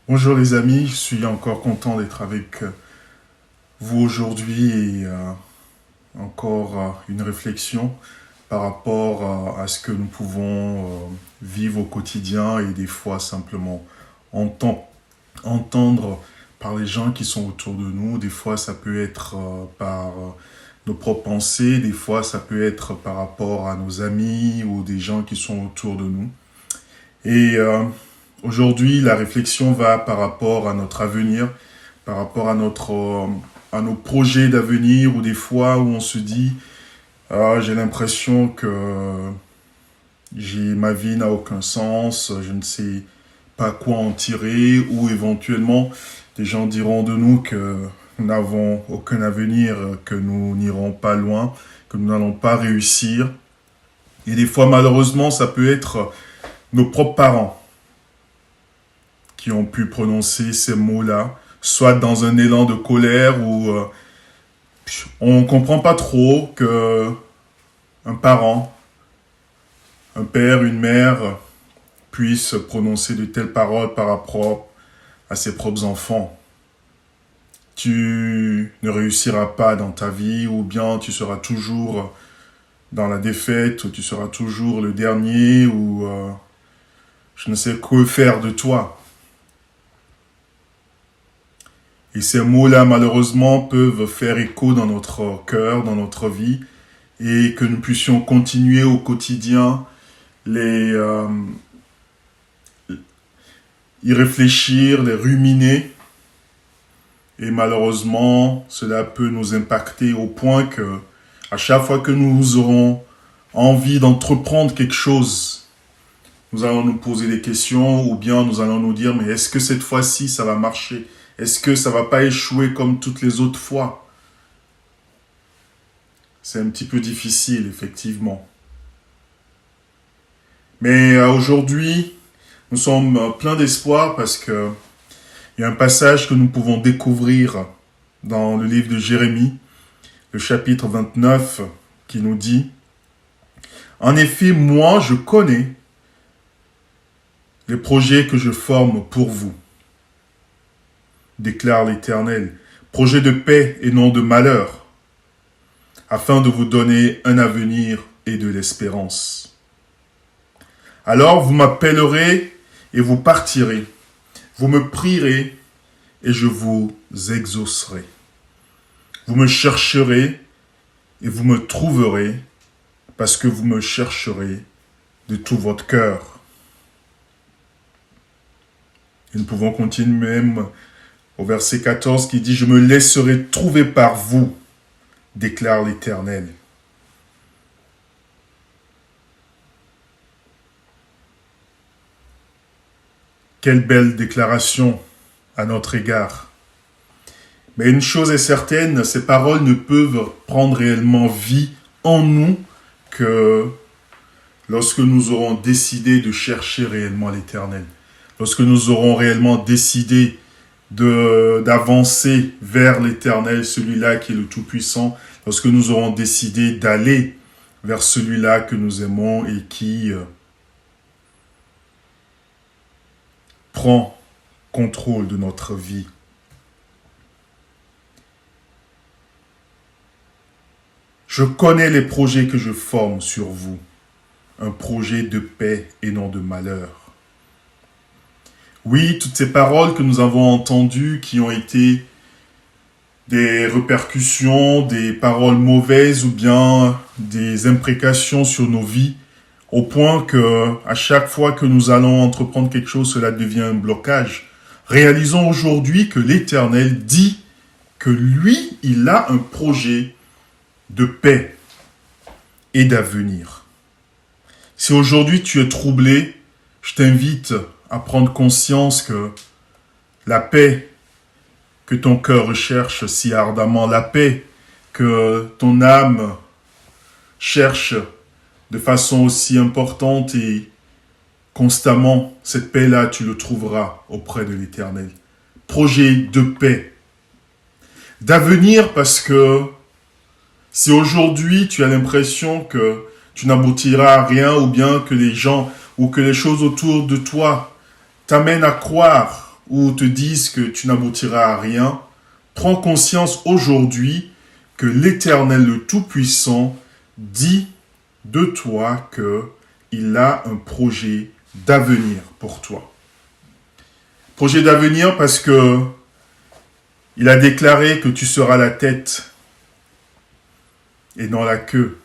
Bonjour les amis, je suis encore content d'être avec vous aujourd'hui et encore une réflexion par rapport à ce que nous pouvons vivre au quotidien et des fois simplement enten- entendre par les gens qui sont autour de nous. Des fois ça peut être par nos propres pensées, des fois ça peut être par rapport à nos amis ou des gens qui sont autour de nous. Et aujourd'hui, la réflexion va par rapport à notre avenir, par rapport à nos projets d'avenir, ou des fois où on se dit, ah, j'ai l'impression que ma vie n'a aucun sens, je ne sais pas quoi en tirer, ou éventuellement, des gens diront de nous que nous n'avons aucun avenir, que nous n'irons pas loin, que nous n'allons pas réussir. Et des fois, malheureusement, ça peut être nos propres parents qui ont pu prononcer ces mots-là, soit dans un élan de colère ou on ne comprend pas trop que un parent, un père, une mère puisse prononcer de telles paroles par rapport à ses propres enfants. Tu ne réussiras pas dans ta vie ou bien tu seras toujours dans la défaite ou tu seras toujours le dernier ou je ne sais quoi faire de toi. Et ces mots-là, malheureusement, peuvent faire écho dans notre cœur, dans notre vie, et que nous puissions continuer au quotidien y réfléchir, les ruminer. Et malheureusement, cela peut nous impacter au point que, à chaque fois que nous aurons envie d'entreprendre quelque chose, nous allons nous poser des questions, ou bien nous allons nous dire, mais est-ce que cette fois-ci, ça va marcher ? Est-ce que ça va pas échouer comme toutes les autres fois? C'est un petit peu difficile, effectivement. Mais aujourd'hui, nous sommes pleins d'espoir parce que il y a un passage que nous pouvons découvrir dans le livre de Jérémie, le chapitre 29, qui nous dit « En effet, moi, je connais les projets que je forme pour vous, déclare l'Éternel, projets de paix et non de malheur, afin de vous donner un avenir et de l'espérance. Alors vous m'appellerez et vous partirez. Vous me prierez et je vous exaucerai. Vous me chercherez et vous me trouverez parce que vous me chercherez de tout votre cœur. » Et nous pouvons continuer même au verset 14 qui dit « Je me laisserai trouver par vous, déclare l'Éternel. » Quelle belle déclaration à notre égard. Mais une chose est certaine, ces paroles ne peuvent prendre réellement vie en nous que lorsque nous aurons décidé de chercher réellement l'Éternel. Lorsque nous aurons réellement décidé d'avancer vers l'Éternel, celui-là qui est le Tout-Puissant, lorsque nous aurons décidé d'aller vers celui-là que nous aimons et qui prend contrôle de notre vie. Je connais les projets que je forme sur vous, un projet de paix et non de malheur. Oui, toutes ces paroles que nous avons entendues, qui ont été des répercussions, des paroles mauvaises ou bien des imprécations sur nos vies, au point que à chaque fois que nous allons entreprendre quelque chose, cela devient un blocage. Réalisons aujourd'hui que l'Éternel dit que lui, il a un projet de paix et d'avenir. Si aujourd'hui tu es troublé, je t'invite à prendre conscience que la paix que ton cœur recherche si ardemment, la paix que ton âme cherche de façon aussi importante et constamment, cette paix-là, tu le trouveras auprès de l'Éternel. Projet de paix, d'avenir, parce que si aujourd'hui tu as l'impression que tu n'aboutiras à rien ou bien que les gens ou que les choses autour de toi t'amènent à croire ou te disent que tu n'aboutiras à rien, prends conscience aujourd'hui que l'Éternel, le Tout-Puissant, dit de toi qu'il a un projet d'avenir pour toi. Projet d'avenir parce que il a déclaré que tu seras la tête et non la queue.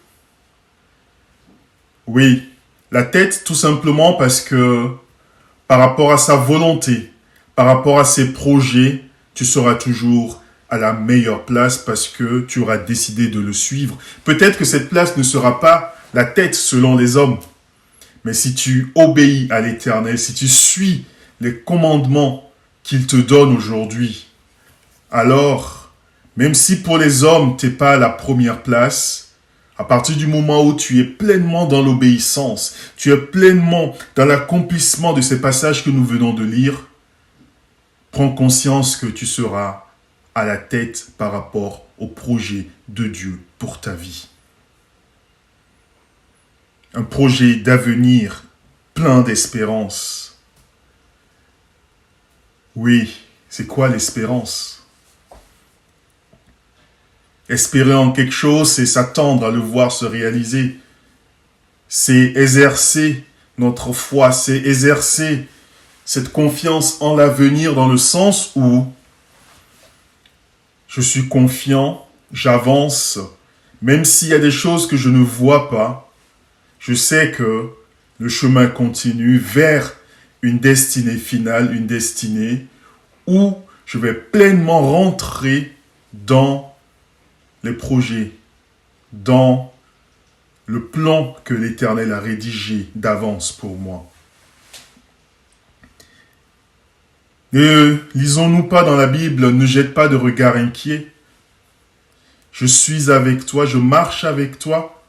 Oui, la tête tout simplement parce que par rapport à sa volonté, par rapport à ses projets, tu seras toujours à la meilleure place parce que tu auras décidé de le suivre. Peut-être que cette place ne sera pas la tête selon les hommes, mais si tu obéis à l'Éternel, si tu suis les commandements qu'il te donne aujourd'hui, alors, même si pour les hommes, tu n'es pas à la première place, à partir du moment où tu es pleinement dans l'obéissance, tu es pleinement dans l'accomplissement de ces passages que nous venons de lire, prends conscience que tu seras à la tête par rapport au projet de Dieu pour ta vie. Un projet d'avenir plein d'espérance. Oui, c'est quoi l'espérance? Espérer en quelque chose, c'est s'attendre à le voir se réaliser. C'est exercer notre foi, c'est exercer cette confiance en l'avenir dans le sens où je suis confiant, j'avance, même s'il y a des choses que je ne vois pas, je sais que le chemin continue vers une destinée finale, une destinée où je vais pleinement rentrer dans les projets, dans le plan que l'Éternel a rédigé d'avance pour moi. Ne lisons-nous pas dans la Bible, ne jette pas de regard inquiet. Je suis avec toi, je marche avec toi.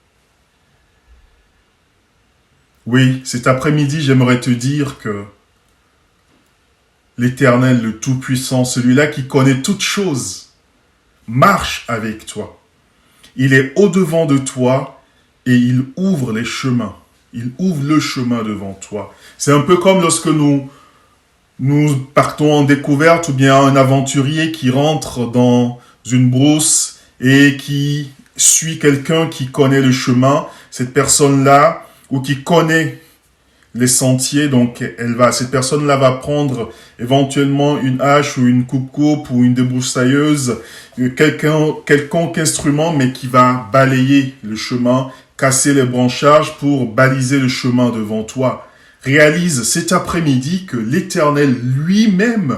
Oui, cet après-midi, j'aimerais te dire que l'Éternel, le Tout-Puissant, celui-là qui connaît toutes choses, marche avec toi. Il est au-devant de toi et il ouvre les chemins. Il ouvre le chemin devant toi. C'est un peu comme lorsque nous partons en découverte ou bien un aventurier qui rentre dans une brousse et qui suit quelqu'un qui connaît le chemin. Cette personne-là, ou qui connaît les sentiers, donc cette personne-là va prendre éventuellement une hache ou une coupe-coupe ou une débroussailleuse, quelconque instrument, mais qui va balayer le chemin, casser les branchages pour baliser le chemin devant toi. Réalise cet après-midi que l'Éternel lui-même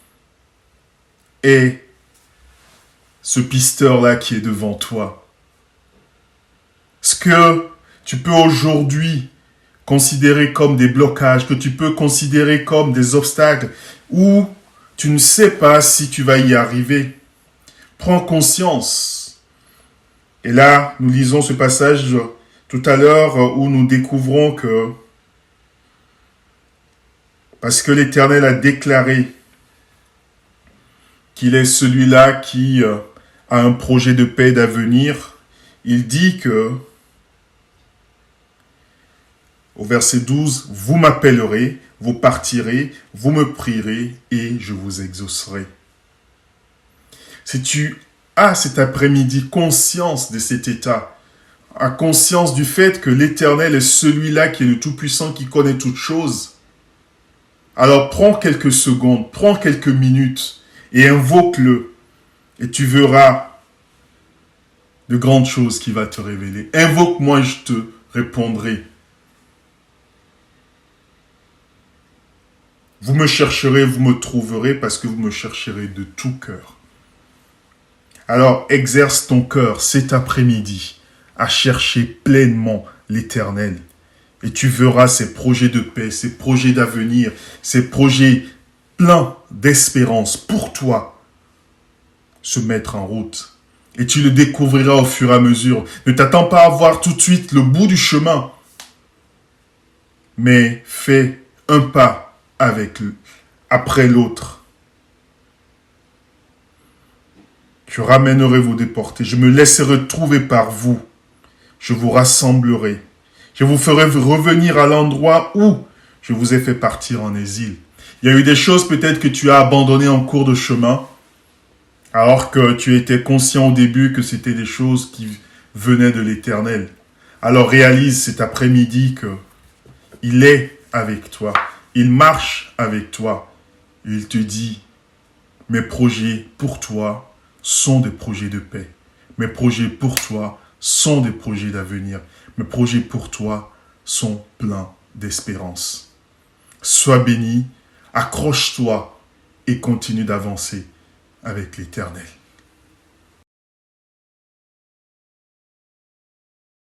est ce pisteur-là qui est devant toi. Ce que tu peux aujourd'hui considérer comme des blocages, que tu peux considérer comme des obstacles, où tu ne sais pas si tu vas y arriver. Prends conscience. Et là, nous lisons ce passage tout à l'heure où nous découvrons que parce que l'Éternel a déclaré qu'il est celui-là qui a un projet de paix d'avenir, il dit que au verset 12, « Vous m'appellerez, vous partirez, vous me prierez et je vous exaucerai. » Si tu as cet après-midi conscience de cet état, à conscience du fait que l'Éternel est celui-là qui est le Tout-Puissant, qui connaît toutes choses, alors prends quelques secondes, prends quelques minutes et invoque-le et tu verras de grandes choses qu'il va te révéler. Invoque-moi et je te répondrai. Vous me chercherez, vous me trouverez parce que vous me chercherez de tout cœur. Alors exerce ton cœur cet après-midi à chercher pleinement l'Éternel. Et tu verras ces projets de paix, ces projets d'avenir, ces projets pleins d'espérance pour toi se mettre en route. Et tu le découvriras au fur et à mesure. Ne t'attends pas à voir tout de suite le bout du chemin. Mais fais un pas après l'autre. Je ramènerai vos déportés. Je me laisserai trouver par vous. Je vous rassemblerai. Je vous ferai revenir à l'endroit où je vous ai fait partir en exil. Il y a eu des choses peut-être que tu as abandonnées en cours de chemin, alors que tu étais conscient au début que c'était des choses qui venaient de l'Éternel. Alors réalise cet après-midi que il est avec toi. Il marche avec toi. Il te dit, mes projets pour toi sont des projets de paix. Mes projets pour toi sont des projets d'avenir. Mes projets pour toi sont pleins d'espérance. Sois béni, accroche-toi et continue d'avancer avec l'Éternel.